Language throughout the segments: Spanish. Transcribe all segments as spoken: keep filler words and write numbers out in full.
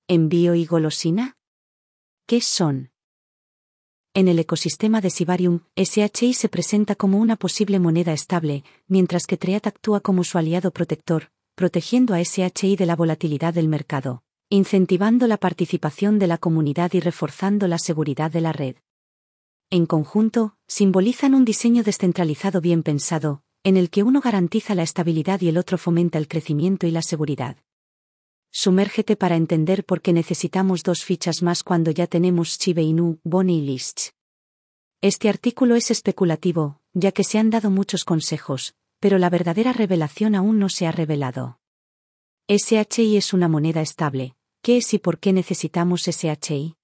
¿Envío y golosina? ¿Qué son? En el ecosistema de Sibarium, S H I se presenta como una posible moneda estable, mientras que Treat actúa como su aliado protector, protegiendo a S H I de la volatilidad del mercado, incentivando la participación de la comunidad y reforzando la seguridad de la red. En conjunto, simbolizan un diseño descentralizado bien pensado, en el que uno garantiza la estabilidad y el otro fomenta el crecimiento y la seguridad. Sumérgete para entender por qué necesitamos dos fichas más cuando ya tenemos Shiba Inu, Boni y Lish. Este artículo es especulativo, ya que se han dado muchos consejos, pero la verdadera revelación aún no se ha revelado. S H I es una moneda estable. ¿Qué es y por qué necesitamos S H I?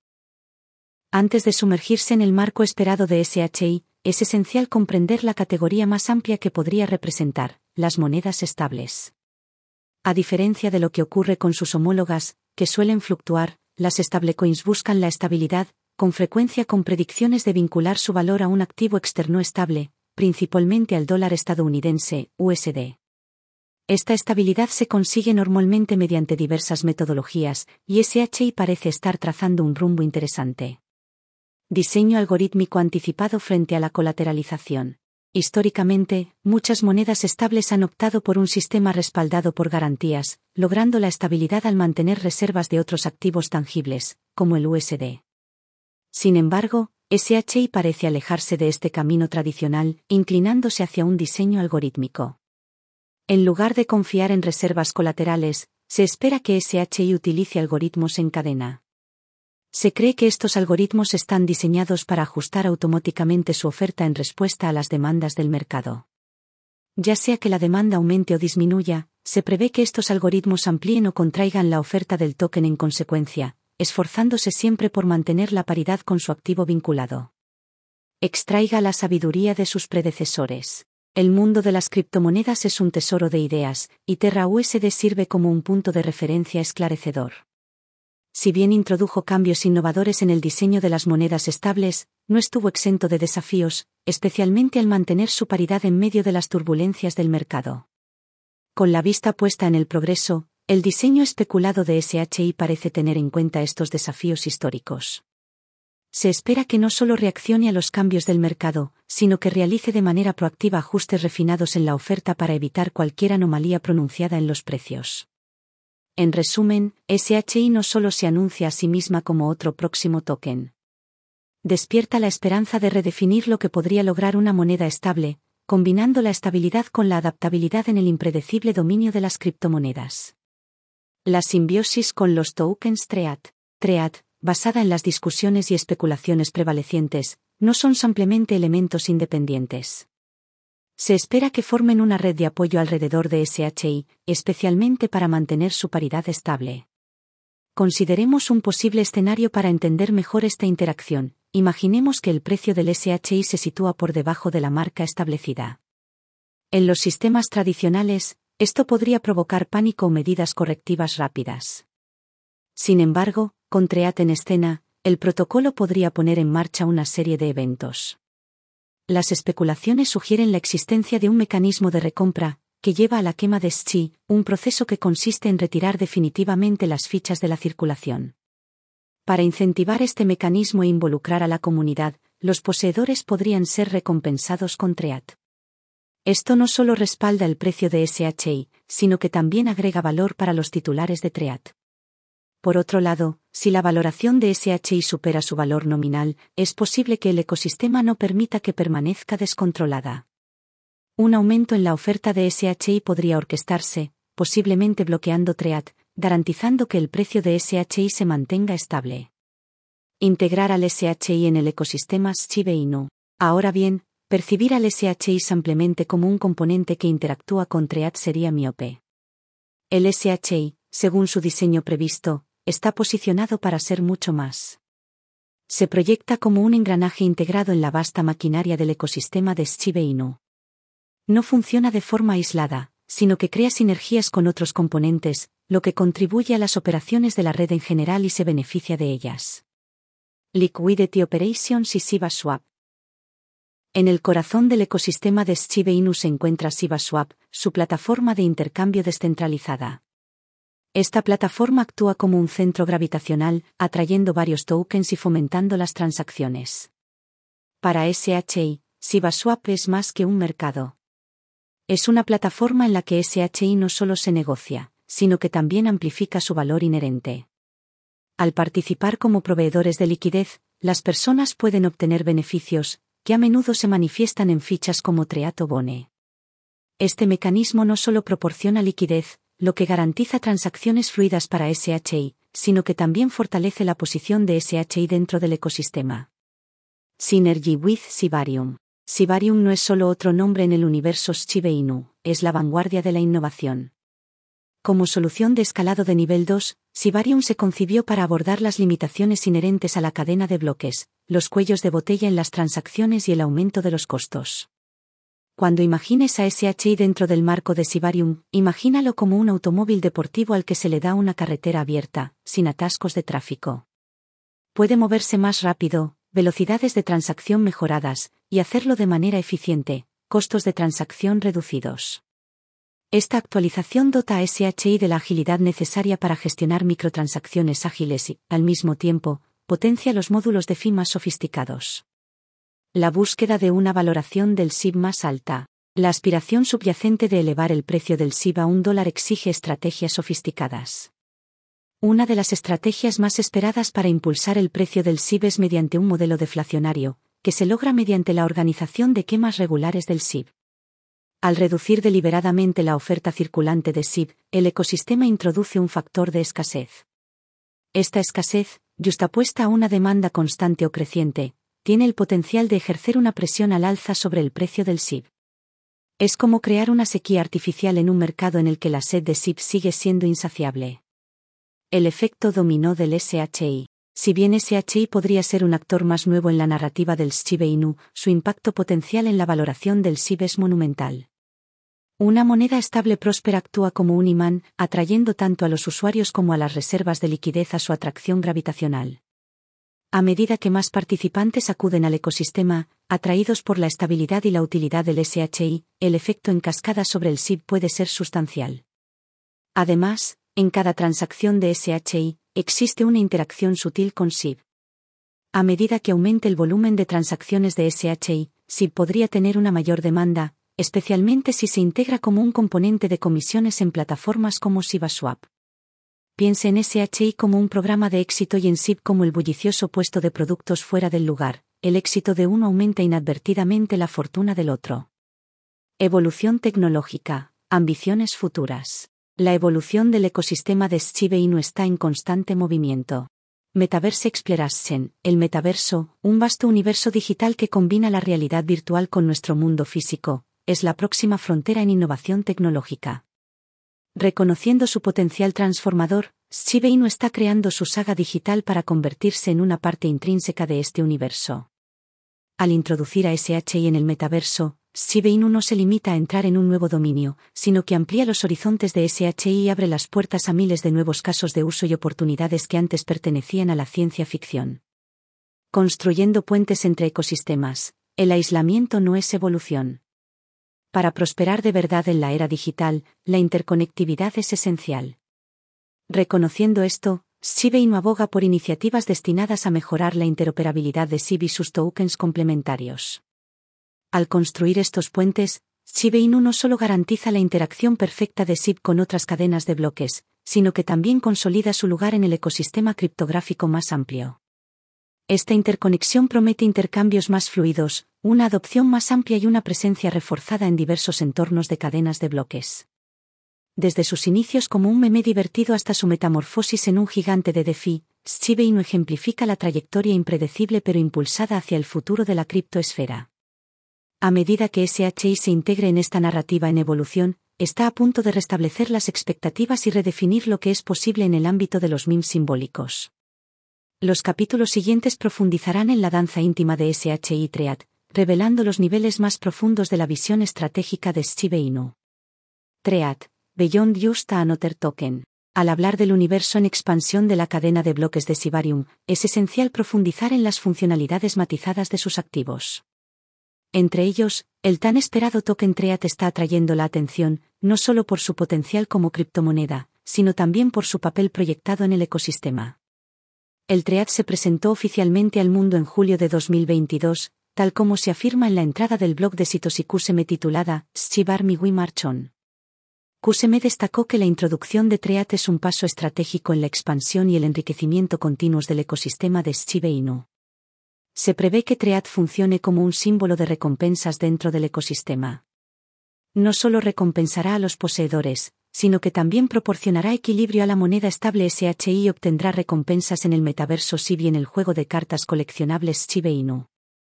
Antes de sumergirse en el marco esperado de S H I, es esencial comprender la categoría más amplia que podría representar, las monedas estables. A diferencia de lo que ocurre con sus homólogas, que suelen fluctuar, las stablecoins buscan la estabilidad, con frecuencia con predicciones de vincular su valor a un activo externo estable, principalmente al dólar estadounidense, U S D. Esta estabilidad se consigue normalmente mediante diversas metodologías, y S H I parece estar trazando un rumbo interesante. Diseño algorítmico anticipado frente a la colateralización. Históricamente, muchas monedas estables han optado por un sistema respaldado por garantías, logrando la estabilidad al mantener reservas de otros activos tangibles, como el U S D. Sin embargo, S H I parece alejarse de este camino tradicional, inclinándose hacia un diseño algorítmico. En lugar de confiar en reservas colaterales, se espera que S H I utilice algoritmos en cadena. Se cree que estos algoritmos están diseñados para ajustar automáticamente su oferta en respuesta a las demandas del mercado. Ya sea que la demanda aumente o disminuya, se prevé que estos algoritmos amplíen o contraigan la oferta del token en consecuencia, esforzándose siempre por mantener la paridad con su activo vinculado. Extraiga la sabiduría de sus predecesores. El mundo de las criptomonedas es un tesoro de ideas, y Terra U S D sirve como un punto de referencia esclarecedor. Si bien introdujo cambios innovadores en el diseño de las monedas estables, no estuvo exento de desafíos, especialmente al mantener su paridad en medio de las turbulencias del mercado. Con la vista puesta en el progreso, el diseño especulado de S H I parece tener en cuenta estos desafíos históricos. Se espera que no solo reaccione a los cambios del mercado, sino que realice de manera proactiva ajustes refinados en la oferta para evitar cualquier anomalía pronunciada en los precios. En resumen, S H I no solo se anuncia a sí misma como otro próximo token. Despierta la esperanza de redefinir lo que podría lograr una moneda estable, combinando la estabilidad con la adaptabilidad en el impredecible dominio de las criptomonedas. La simbiosis con los tokens Treat. Treat, basada en las discusiones y especulaciones prevalecientes, no son simplemente elementos independientes. Se espera que formen una red de apoyo alrededor de S H I, especialmente para mantener su paridad estable. Consideremos un posible escenario para entender mejor esta interacción. Imaginemos que el precio del S H I se sitúa por debajo de la marca establecida. En los sistemas tradicionales, esto podría provocar pánico o medidas correctivas rápidas. Sin embargo, con Treat en escena, el protocolo podría poner en marcha una serie de eventos. Las especulaciones sugieren la existencia de un mecanismo de recompra, que lleva a la quema de S H I, un proceso que consiste en retirar definitivamente las fichas de la circulación. Para incentivar este mecanismo e involucrar a la comunidad, los poseedores podrían ser recompensados con Treat. Esto no solo respalda el precio de S H I, sino que también agrega valor para los titulares de Treat. Por otro lado, si la valoración de S H I supera su valor nominal, es posible que el ecosistema no permita que permanezca descontrolada. Un aumento en la oferta de S H I podría orquestarse, posiblemente bloqueando Treat, garantizando que el precio de S H I se mantenga estable. Integrar al S H I en el ecosistema Shiba Inu. Ahora bien, percibir al S H I simplemente como un componente que interactúa con Treat sería miope. El S H I, según su diseño previsto, está posicionado para ser mucho más. Se proyecta como un engranaje integrado en la vasta maquinaria del ecosistema de Shiba Inu. No funciona de forma aislada, sino que crea sinergias con otros componentes, lo que contribuye a las operaciones de la red en general y se beneficia de ellas. Liquidity Operations y Shiba Swap. En el corazón del ecosistema de Shiba Inu se encuentra Shiba Swap, su plataforma de intercambio descentralizada. Esta plataforma actúa como un centro gravitacional, atrayendo varios tokens y fomentando las transacciones. Para S H I, SibaSwap es más que un mercado. Es una plataforma en la que S H I no solo se negocia, sino que también amplifica su valor inherente. Al participar como proveedores de liquidez, las personas pueden obtener beneficios, que a menudo se manifiestan en fichas como Treat o Bone. Este mecanismo no solo proporciona liquidez, lo que garantiza transacciones fluidas para S H I, sino que también fortalece la posición de S H I dentro del ecosistema. Synergy with Sibarium. Sibarium no es solo otro nombre en el universo Shiba Inu, es la vanguardia de la innovación. Como solución de escalado de nivel dos, Sibarium se concibió para abordar las limitaciones inherentes a la cadena de bloques, los cuellos de botella en las transacciones y el aumento de los costos. Cuando imagines a S H I dentro del marco de Sibarium, imagínalo como un automóvil deportivo al que se le da una carretera abierta, sin atascos de tráfico. Puede moverse más rápido, velocidades de transacción mejoradas, y hacerlo de manera eficiente, costos de transacción reducidos. Esta actualización dota a S H I de la agilidad necesaria para gestionar microtransacciones ágiles y, al mismo tiempo, potencia los módulos de fee más sofisticados. La búsqueda de una valoración del S I B más alta. La aspiración subyacente de elevar el precio del S I B a un dólar exige estrategias sofisticadas. Una de las estrategias más esperadas para impulsar el precio del S I B es mediante un modelo deflacionario, que se logra mediante la organización de quemas regulares del S I B. Al reducir deliberadamente la oferta circulante de S I B, el ecosistema introduce un factor de escasez. Esta escasez, yuxtapuesta a una demanda constante o creciente, tiene el potencial de ejercer una presión al alza sobre el precio del S I B. Es como crear una sequía artificial en un mercado en el que la sed de S I B sigue siendo insaciable. El efecto dominó del S H I. Si bien S H I podría ser un actor más nuevo en la narrativa del Shiba Inu, su impacto potencial en la valoración del S I B es monumental. Una moneda estable próspera actúa como un imán, atrayendo tanto a los usuarios como a las reservas de liquidez a su atracción gravitacional. A medida que más participantes acuden al ecosistema, atraídos por la estabilidad y la utilidad del S H I, el efecto en cascada sobre el S I B puede ser sustancial. Además, en cada transacción de S H I, existe una interacción sutil con S I B. A medida que aumente el volumen de transacciones de S H I, S I B podría tener una mayor demanda, especialmente si se integra como un componente de comisiones en plataformas como SibaSwap. Piense en S H I como un programa de éxito y en S I B como el bullicioso puesto de productos fuera del lugar. El éxito de uno aumenta inadvertidamente la fortuna del otro. Evolución tecnológica, ambiciones futuras. La evolución del ecosistema de Shiba Inu está en constante movimiento. Metaverse Exploration, el metaverso, un vasto universo digital que combina la realidad virtual con nuestro mundo físico, es la próxima frontera en innovación tecnológica. Reconociendo su potencial transformador, Shiba Inu está creando su saga digital para convertirse en una parte intrínseca de este universo. Al introducir a S H I en el metaverso, Shiba Inu no se limita a entrar en un nuevo dominio, sino que amplía los horizontes de S H I y abre las puertas a miles de nuevos casos de uso y oportunidades que antes pertenecían a la ciencia ficción. Construyendo puentes entre ecosistemas, el aislamiento no es evolución. Para prosperar de verdad en la era digital, la interconectividad es esencial. Reconociendo esto, Shiba Inu aboga por iniciativas destinadas a mejorar la interoperabilidad de S I B y sus tokens complementarios. Al construir estos puentes, Shiba Inu no solo garantiza la interacción perfecta de S I B con otras cadenas de bloques, sino que también consolida su lugar en el ecosistema criptográfico más amplio. Esta interconexión promete intercambios más fluidos, una adopción más amplia y una presencia reforzada en diversos entornos de cadenas de bloques. Desde sus inicios como un meme divertido hasta su metamorfosis en un gigante de DeFi, Shiba Inu ejemplifica la trayectoria impredecible pero impulsada hacia el futuro de la criptoesfera. A medida que S H I se integre en esta narrativa en evolución, está a punto de restablecer las expectativas y redefinir lo que es posible en el ámbito de los memes simbólicos. Los capítulos siguientes profundizarán en la danza íntima de S H I Treat, revelando los niveles más profundos de la visión estratégica de Shiba Inu. Treat, Beyond Just Another Token. Al hablar del universo en expansión de la cadena de bloques de Sibarium, es esencial profundizar en las funcionalidades matizadas de sus activos. Entre ellos, el tan esperado token Treat está atrayendo la atención, no solo por su potencial como criptomoneda, sino también por su papel proyectado en el ecosistema. El TREAT se presentó oficialmente al mundo en julio de dos mil veintidós, tal como se afirma en la entrada del blog de Satoshi Kuseme titulada Shiba Army We March On. Kuseme destacó que la introducción de TREAT es un paso estratégico en la expansión y el enriquecimiento continuos del ecosistema de Shiba Inu. Se prevé que TREAT funcione como un símbolo de recompensas dentro del ecosistema. No solo recompensará a los poseedores, sino que también proporcionará equilibrio a la moneda estable S H I y obtendrá recompensas en el metaverso Shiba y en el juego de cartas coleccionables Shiba Inu.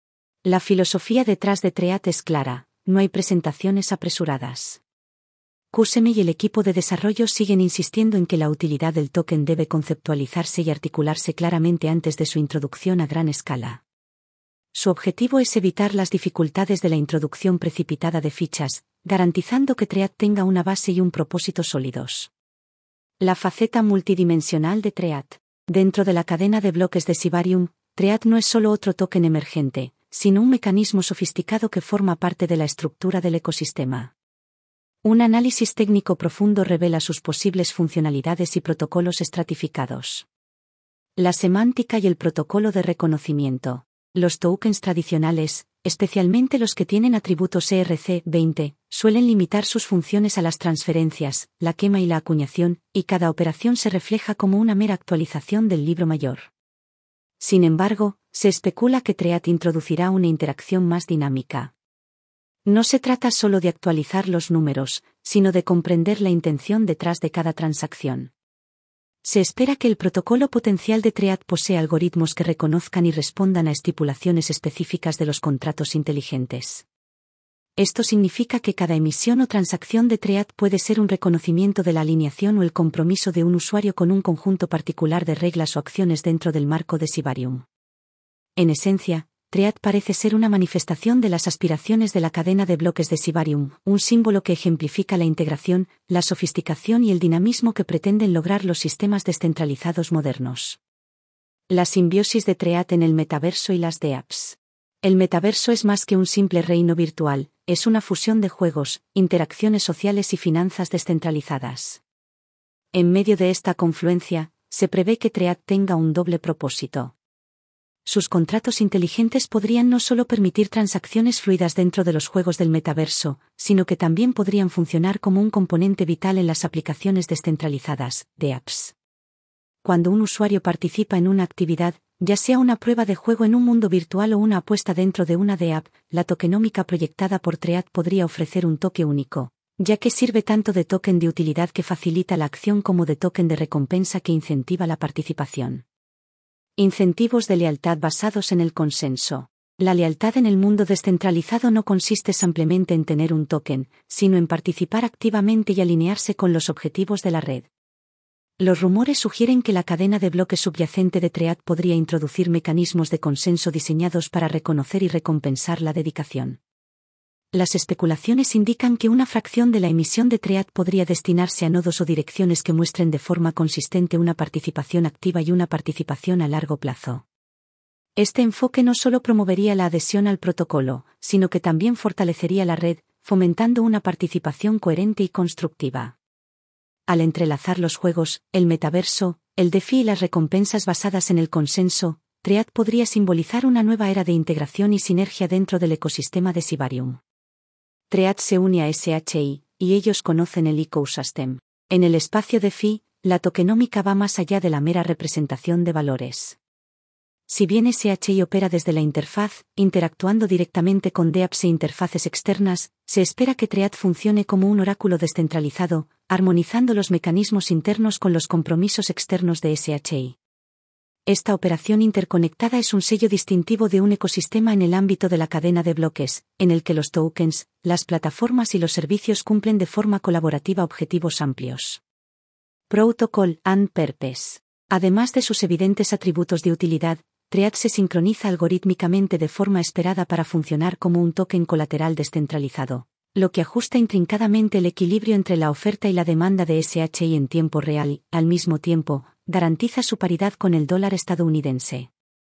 La filosofía detrás de TREAT es clara, no hay presentaciones apresuradas. Kuseme y el equipo de desarrollo siguen insistiendo en que la utilidad del token debe conceptualizarse y articularse claramente antes de su introducción a gran escala. Su objetivo es evitar las dificultades de la introducción precipitada de fichas, garantizando que TREAT tenga una base y un propósito sólidos. La faceta multidimensional de TREAT. Dentro de la cadena de bloques de Shibarium, TREAT no es solo otro token emergente, sino un mecanismo sofisticado que forma parte de la estructura del ecosistema. Un análisis técnico profundo revela sus posibles funcionalidades y protocolos estratificados. La semántica y el protocolo de reconocimiento. Los tokens tradicionales, especialmente los que tienen atributos E R C veinte, suelen limitar sus funciones a las transferencias, la quema y la acuñación, y cada operación se refleja como una mera actualización del libro mayor. Sin embargo, se especula que TREAT introducirá una interacción más dinámica. No se trata solo de actualizar los números, sino de comprender la intención detrás de cada transacción. Se espera que el protocolo potencial de TREAT posea algoritmos que reconozcan y respondan a estipulaciones específicas de los contratos inteligentes. Esto significa que cada emisión o transacción de TREAT puede ser un reconocimiento de la alineación o el compromiso de un usuario con un conjunto particular de reglas o acciones dentro del marco de Shibarium. En esencia, TREAT parece ser una manifestación de las aspiraciones de la cadena de bloques de Shibarium, un símbolo que ejemplifica la integración, la sofisticación y el dinamismo que pretenden lograr los sistemas descentralizados modernos. La simbiosis de TREAT en el metaverso y las dApps. El metaverso es más que un simple reino virtual, es una fusión de juegos, interacciones sociales y finanzas descentralizadas. En medio de esta confluencia, se prevé que TREAT tenga un doble propósito. Sus contratos inteligentes podrían no solo permitir transacciones fluidas dentro de los juegos del metaverso, sino que también podrían funcionar como un componente vital en las aplicaciones descentralizadas, dApps. Cuando un usuario participa en una actividad, ya sea una prueba de juego en un mundo virtual o una apuesta dentro de una dApp, la tokenómica proyectada por TREAT podría ofrecer un toque único, ya que sirve tanto de token de utilidad que facilita la acción como de token de recompensa que incentiva la participación. Incentivos de lealtad basados en el consenso. La lealtad en el mundo descentralizado no consiste simplemente en tener un token, sino en participar activamente y alinearse con los objetivos de la red. Los rumores sugieren que la cadena de bloques subyacente de TREAT podría introducir mecanismos de consenso diseñados para reconocer y recompensar la dedicación. Las especulaciones indican que una fracción de la emisión de TREAT podría destinarse a nodos o direcciones que muestren de forma consistente una participación activa y una participación a largo plazo. Este enfoque no solo promovería la adhesión al protocolo, sino que también fortalecería la red, fomentando una participación coherente y constructiva. Al entrelazar los juegos, el metaverso, el DeFi y las recompensas basadas en el consenso, TREAT podría simbolizar una nueva era de integración y sinergia dentro del ecosistema de Shibarium. TREAT se une a S H I, y ellos conocen el ecosystem. En el espacio DeFi, la tokenómica va más allá de la mera representación de valores. Si bien S H I opera desde la interfaz, interactuando directamente con dApps e interfaces externas, se espera que TREAT funcione como un oráculo descentralizado, armonizando los mecanismos internos con los compromisos externos de S H I. Esta operación interconectada es un sello distintivo de un ecosistema en el ámbito de la cadena de bloques, en el que los tokens, las plataformas y los servicios cumplen de forma colaborativa objetivos amplios. Protocol and Purpose. Además de sus evidentes atributos de utilidad, TREAT se sincroniza algorítmicamente de forma esperada para funcionar como un token colateral descentralizado, lo que ajusta intrincadamente el equilibrio entre la oferta y la demanda de S H I en tiempo real y, al mismo tiempo, garantiza su paridad con el dólar estadounidense.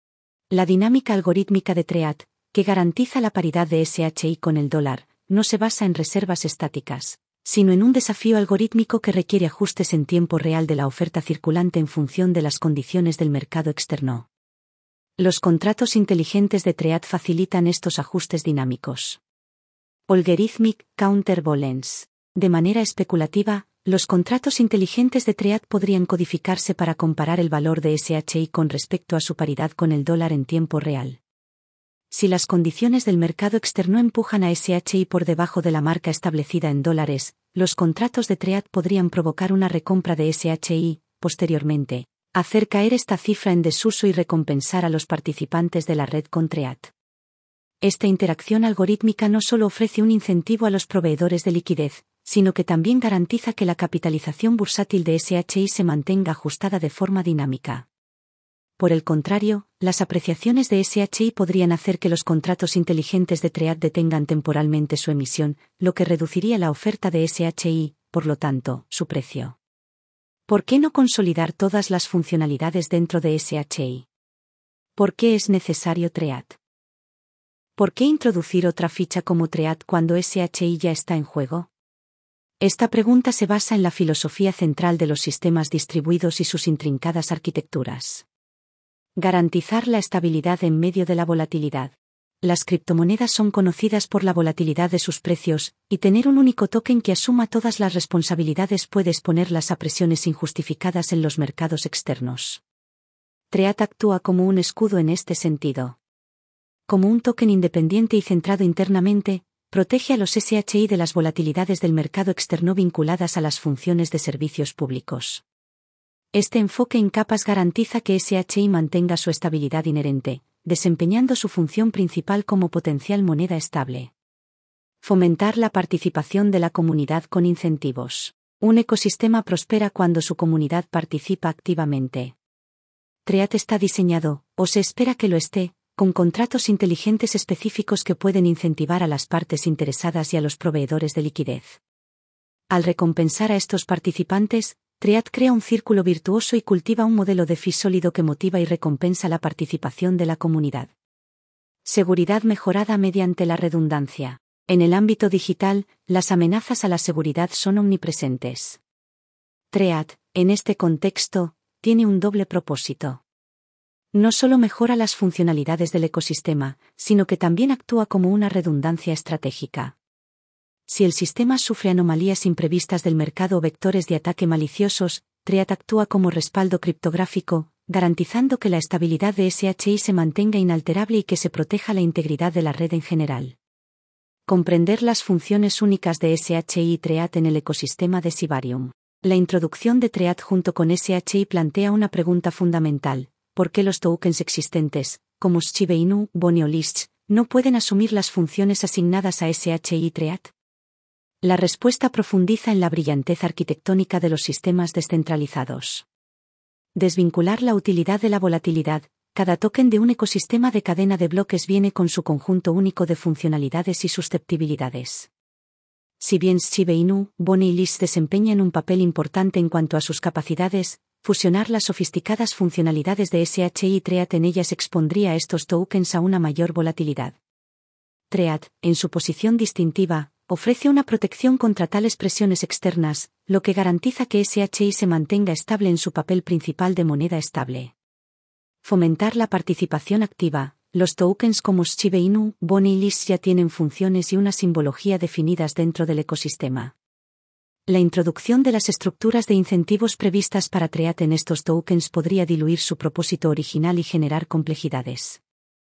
La dinámica algorítmica de TREAT, que garantiza la paridad de S H I con el dólar, no se basa en reservas estáticas, sino en un desafío algorítmico que requiere ajustes en tiempo real de la oferta circulante en función de las condiciones del mercado externo. Los contratos inteligentes de Treat facilitan estos ajustes dinámicos. Algorithmic Counterbalance. De manera especulativa, los contratos inteligentes de Treat podrían codificarse para comparar el valor de S H I con respecto a su paridad con el dólar en tiempo real. Si las condiciones del mercado externo empujan a S H I por debajo de la marca establecida en dólares, los contratos de Treat podrían provocar una recompra de S H I, posteriormente, hacer caer esta cifra en desuso y recompensar a los participantes de la red con Treat. Esta interacción algorítmica no solo ofrece un incentivo a los proveedores de liquidez, sino que también garantiza que la capitalización bursátil de S H I se mantenga ajustada de forma dinámica. Por el contrario, las apreciaciones de S H I podrían hacer que los contratos inteligentes de Treat detengan temporalmente su emisión, lo que reduciría la oferta de S H I, por lo tanto, su precio. ¿Por qué no consolidar todas las funcionalidades dentro de S H I? ¿Por qué es necesario Treat? ¿Por qué introducir otra ficha como Treat cuando S H I ya está en juego? Esta pregunta se basa en la filosofía central de los sistemas distribuidos y sus intrincadas arquitecturas. Garantizar la estabilidad en medio de la volatilidad. Las criptomonedas son conocidas por la volatilidad de sus precios, y tener un único token que asuma todas las responsabilidades puede exponerlas a presiones injustificadas en los mercados externos. Treat actúa como un escudo en este sentido. Como un token independiente y centrado internamente, protege a los S H I de las volatilidades del mercado externo vinculadas a las funciones de servicios públicos. Este enfoque en capas garantiza que S H I mantenga su estabilidad inherente, desempeñando su función principal como potencial moneda estable. Fomentar la participación de la comunidad con incentivos. Un ecosistema prospera cuando su comunidad participa activamente. Treat está diseñado, o se espera que lo esté, con contratos inteligentes específicos que pueden incentivar a las partes interesadas y a los proveedores de liquidez. Al recompensar a estos participantes, Treat crea un círculo virtuoso y cultiva un modelo de fee sólido que motiva y recompensa la participación de la comunidad. Seguridad mejorada mediante la redundancia. En el ámbito digital, las amenazas a la seguridad son omnipresentes. Treat, en este contexto, tiene un doble propósito. No solo mejora las funcionalidades del ecosistema, sino que también actúa como una redundancia estratégica. Si el sistema sufre anomalías imprevistas del mercado o vectores de ataque maliciosos, Treat actúa como respaldo criptográfico, garantizando que la estabilidad de S H I se mantenga inalterable y que se proteja la integridad de la red en general. Comprender las funciones únicas de S H I y Treat en el ecosistema de Sibarium. La introducción de Treat junto con S H I plantea una pregunta fundamental: ¿por qué los tokens existentes, como Shiba Inu, Boni o Lish, no pueden asumir las funciones asignadas a S H I y Treat? La respuesta profundiza en la brillantez arquitectónica de los sistemas descentralizados. Desvincular la utilidad de la volatilidad. Cada token de un ecosistema de cadena de bloques viene con su conjunto único de funcionalidades y susceptibilidades. Si bien Shiba Inu, Boni y Lish desempeñan un papel importante en cuanto a sus capacidades, fusionar las sofisticadas funcionalidades de S H I y Treat en ellas expondría a estos tokens a una mayor volatilidad. Treat, en su posición distintiva, ofrece una protección contra tales presiones externas, lo que garantiza que S H I se mantenga estable en su papel principal de moneda estable. Fomentar la participación activa. Los tokens como Shiba Inu, Boni y Lish ya tienen funciones y una simbología definidas dentro del ecosistema. La introducción de las estructuras de incentivos previstas para Treat en estos tokens podría diluir su propósito original y generar complejidades.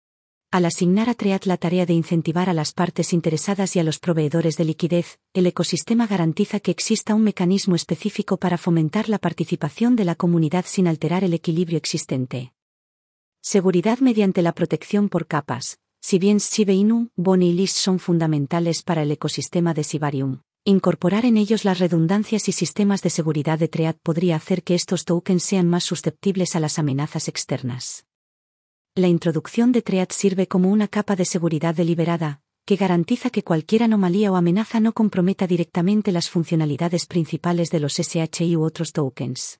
Al asignar a Treat la tarea de incentivar a las partes interesadas y a los proveedores de liquidez, el ecosistema garantiza que exista un mecanismo específico para fomentar la participación de la comunidad sin alterar el equilibrio existente. Seguridad mediante la protección por capas. Si bien Shiba Inu, Boni y Lish son fundamentales para el ecosistema de Sibarium, incorporar en ellos las redundancias y sistemas de seguridad de Treat podría hacer que estos tokens sean más susceptibles a las amenazas externas. La introducción de Treat sirve como una capa de seguridad deliberada, que garantiza que cualquier anomalía o amenaza no comprometa directamente las funcionalidades principales de los S H I u otros tokens.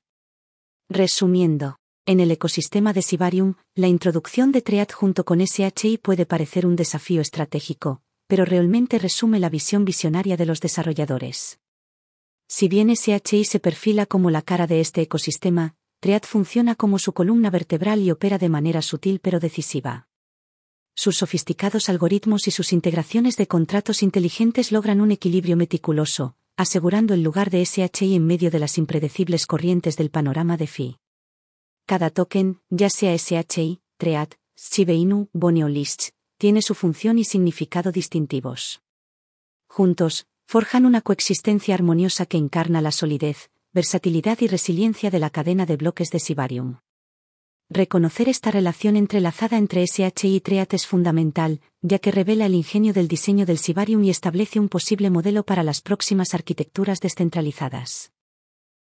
Resumiendo, en el ecosistema de Sibarium, la introducción de Treat junto con S H I puede parecer un desafío estratégico, pero realmente resume la visión visionaria de los desarrolladores. Si bien S H I se perfila como la cara de este ecosistema, Thread funciona como su columna vertebral y opera de manera sutil pero decisiva. Sus sofisticados algoritmos y sus integraciones de contratos inteligentes logran un equilibrio meticuloso, asegurando el lugar de S H I en medio de las impredecibles corrientes del panorama DeFi. Cada token, ya sea S H I, Thread, Shiba Inu, Bone o Lish, tiene su función y significado distintivos. Juntos, forjan una coexistencia armoniosa que encarna la solidez, versatilidad y resiliencia de la cadena de bloques de Shibarium. Reconocer esta relación entrelazada entre S H I y Thread es fundamental, ya que revela el ingenio del diseño del Shibarium y establece un posible modelo para las próximas arquitecturas descentralizadas.